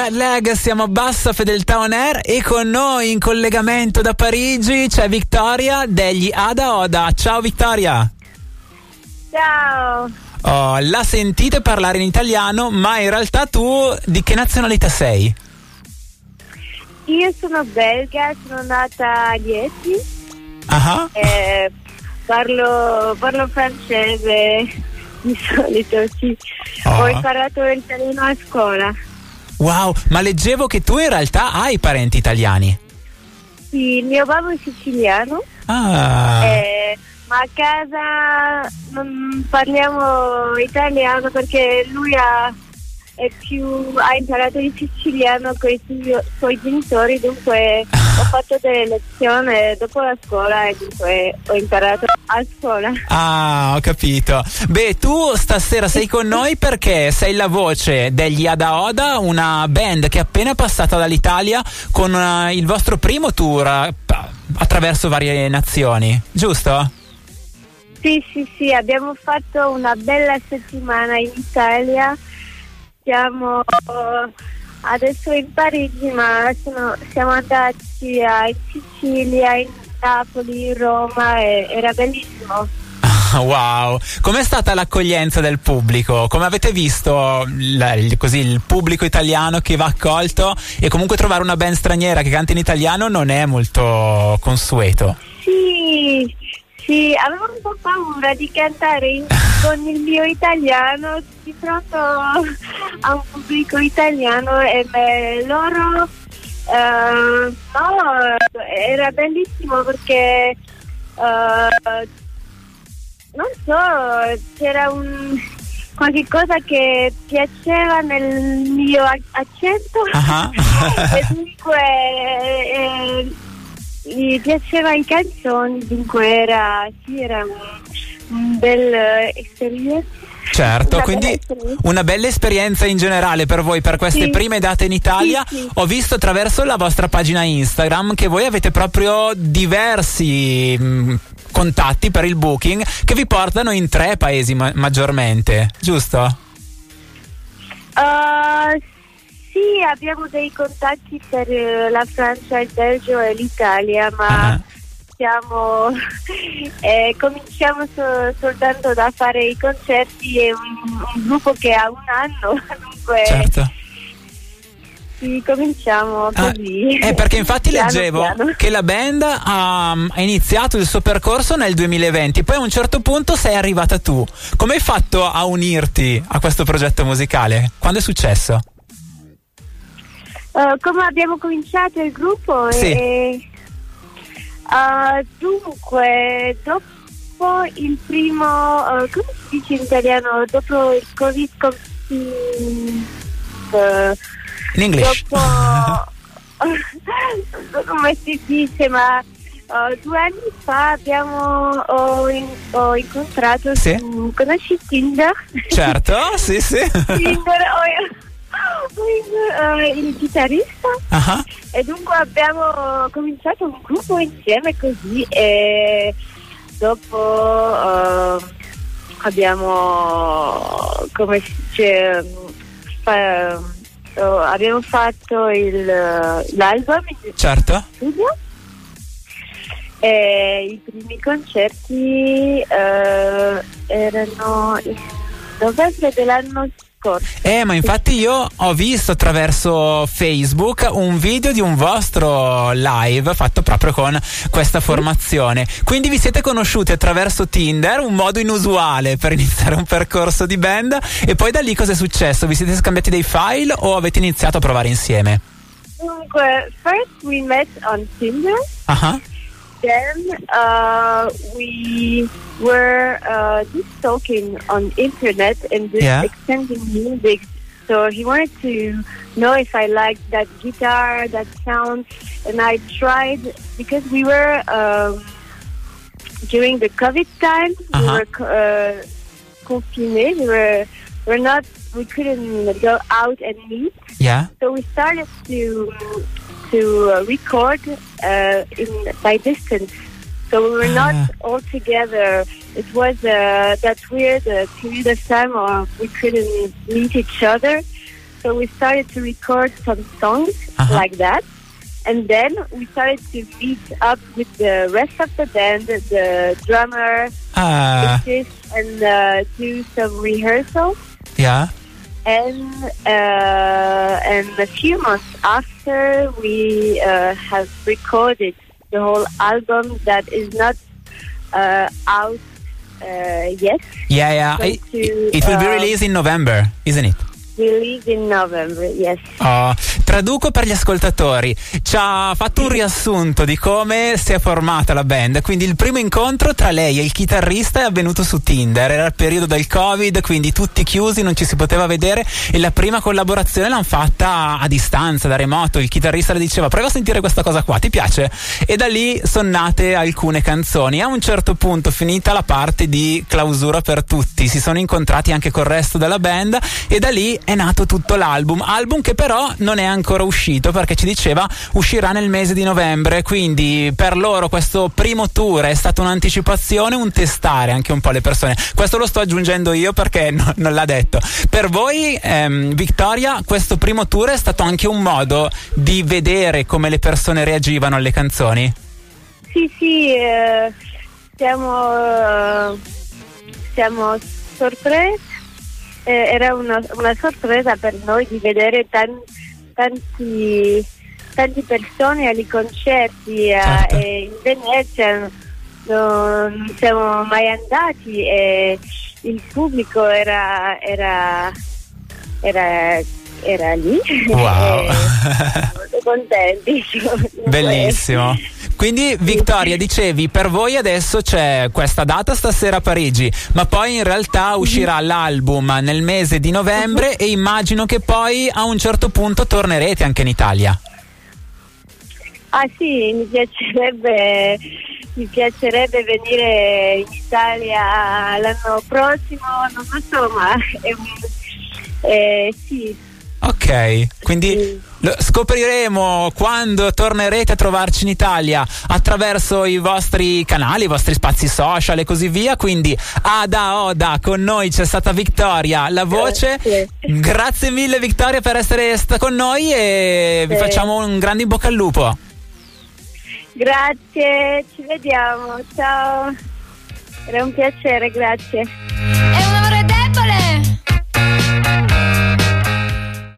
Jet Lag, siamo a bassa fedeltà on air e con noi in collegamento da Parigi c'è Victoria degli Ada Oda. Ciao Victoria. Ciao. Oh, la sentite parlare in italiano, ma in realtà tu di che nazionalità sei? Io sono belga, sono nata a Lieti. Ah. Parlo francese di solito, sì. Ho imparato l'italiano a scuola. Wow, ma leggevo che tu in realtà hai parenti italiani. Sì, mio babbo è siciliano. Ah. Ma a casa non parliamo italiano perché lui ha imparato il siciliano con i suoi genitori, dunque ho fatto delle lezioni dopo la scuola e dunque ho imparato a scuola. Ah, ho capito. Beh, tu stasera sei con noi perché sei la voce degli Ada Oda, una band che è appena passata dall'Italia con il vostro primo tour attraverso varie nazioni, giusto? Sì, abbiamo fatto una bella settimana in Italia. Siamo adesso in Parigi, ma siamo andati in Sicilia, in Napoli, in Roma e era bellissimo. Wow, com'è stata l'accoglienza del pubblico? Come avete visto il pubblico italiano che va accolto? E comunque trovare una band straniera che canta in italiano non è molto consueto. Sì, avevo un po' paura di cantare con il mio italiano di fronte a un pubblico italiano e loro era bellissimo perché non so, c'era qualche cosa che piaceva nel mio accento. E dunque gli piaceva i canzoni, dunque era un bel esperienza. Certo, quindi una bella esperienza in generale per voi, per queste prime date in Italia. Sì. Ho visto attraverso la vostra pagina Instagram che voi avete proprio diversi contatti per il booking che vi portano in 3 paesi maggiormente, giusto? Sì, abbiamo dei contatti per la Francia, il Belgio e l'Italia, ma cominciamo soltanto da fare i concerti. È un gruppo che ha un anno, dunque certo. Sì, cominciamo così. Perché infatti leggevo piano. che la band ha iniziato il suo percorso nel 2020, poi a un certo punto sei arrivata tu. Come hai fatto a unirti a questo progetto musicale? Quando è successo? Come abbiamo cominciato il gruppo? Sì. Dunque, dopo il primo, come si dice in italiano? Dopo il Covid, in English. Dopo, non so come si dice, ma 2 anni fa ho incontrato conosci Tinder? Certo, sì. Tinder, il chitarrista. E dunque abbiamo cominciato un gruppo insieme così e dopo abbiamo abbiamo fatto l'album in certo studio e i primi concerti erano in novembre dell'anno scorso. Ma infatti io ho visto attraverso Facebook un video di un vostro live fatto proprio con questa formazione. Quindi vi siete conosciuti attraverso Tinder, un modo inusuale per iniziare un percorso di band, e poi da lì cosa è successo? Vi siete scambiati dei file o avete iniziato a provare insieme? Dunque, first we met on Tinder. Then we were just talking on internet and just exchanging music. So he wanted to know if I liked that guitar, that sound, and I tried because we were during the COVID time. We were confined. We couldn't go out and meet. Yeah. So we started to record by distance. So we were not all together. It was that weird period of time where we couldn't meet each other. So we started to record some songs like that. And then we started to meet up with the rest of the band, the drummer, and do some rehearsals. Yeah. And a few months after, we have recorded the whole album that is not out yet. Yeah. It will be released in November, isn't it? Released in November, yes. Traduco per gli ascoltatori. Ci ha fatto un riassunto di come si è formata la band. Quindi il primo incontro tra lei e il chitarrista è avvenuto su Tinder. Era il periodo del Covid, quindi tutti chiusi, non ci si poteva vedere, e la prima collaborazione l'hanno fatta a distanza, da remoto. Il chitarrista le diceva: prova a sentire questa cosa qua, ti piace? E da lì sono nate alcune canzoni. A un certo punto, finita la parte di clausura per tutti, si sono incontrati anche col resto della band e da lì è nato tutto l'album che però non è ancora uscito, perché ci diceva uscirà nel mese di novembre. Quindi per loro questo primo tour è stata un'anticipazione, un testare anche un po' le persone. Questo lo sto aggiungendo io perché non l'ha detto. Per voi, Victoria, questo primo tour è stato anche un modo di vedere come le persone reagivano alle canzoni? Sì, siamo sorpresi. Era una sorpresa per noi di vedere tanti persone ai concerti. Certo. In Venezia non siamo mai andati e il pubblico era lì. Wow. Molto contenti. Bellissimo. Quindi Victoria, dicevi, per voi adesso c'è questa data stasera a Parigi, ma poi in realtà uscirà l'album nel mese di novembre e immagino che poi a un certo punto tornerete anche in Italia. Ah sì, mi piacerebbe venire in Italia l'anno prossimo, non lo so, ma sì. Ok, quindi scopriremo quando tornerete a trovarci in Italia attraverso i vostri canali, i vostri spazi social e così via. Quindi Ada Oda, con noi c'è stata Victoria, la voce. Grazie mille Victoria per essere stata con noi e vi facciamo un grande in bocca al lupo. Grazie, ci vediamo, ciao. Era un piacere, grazie.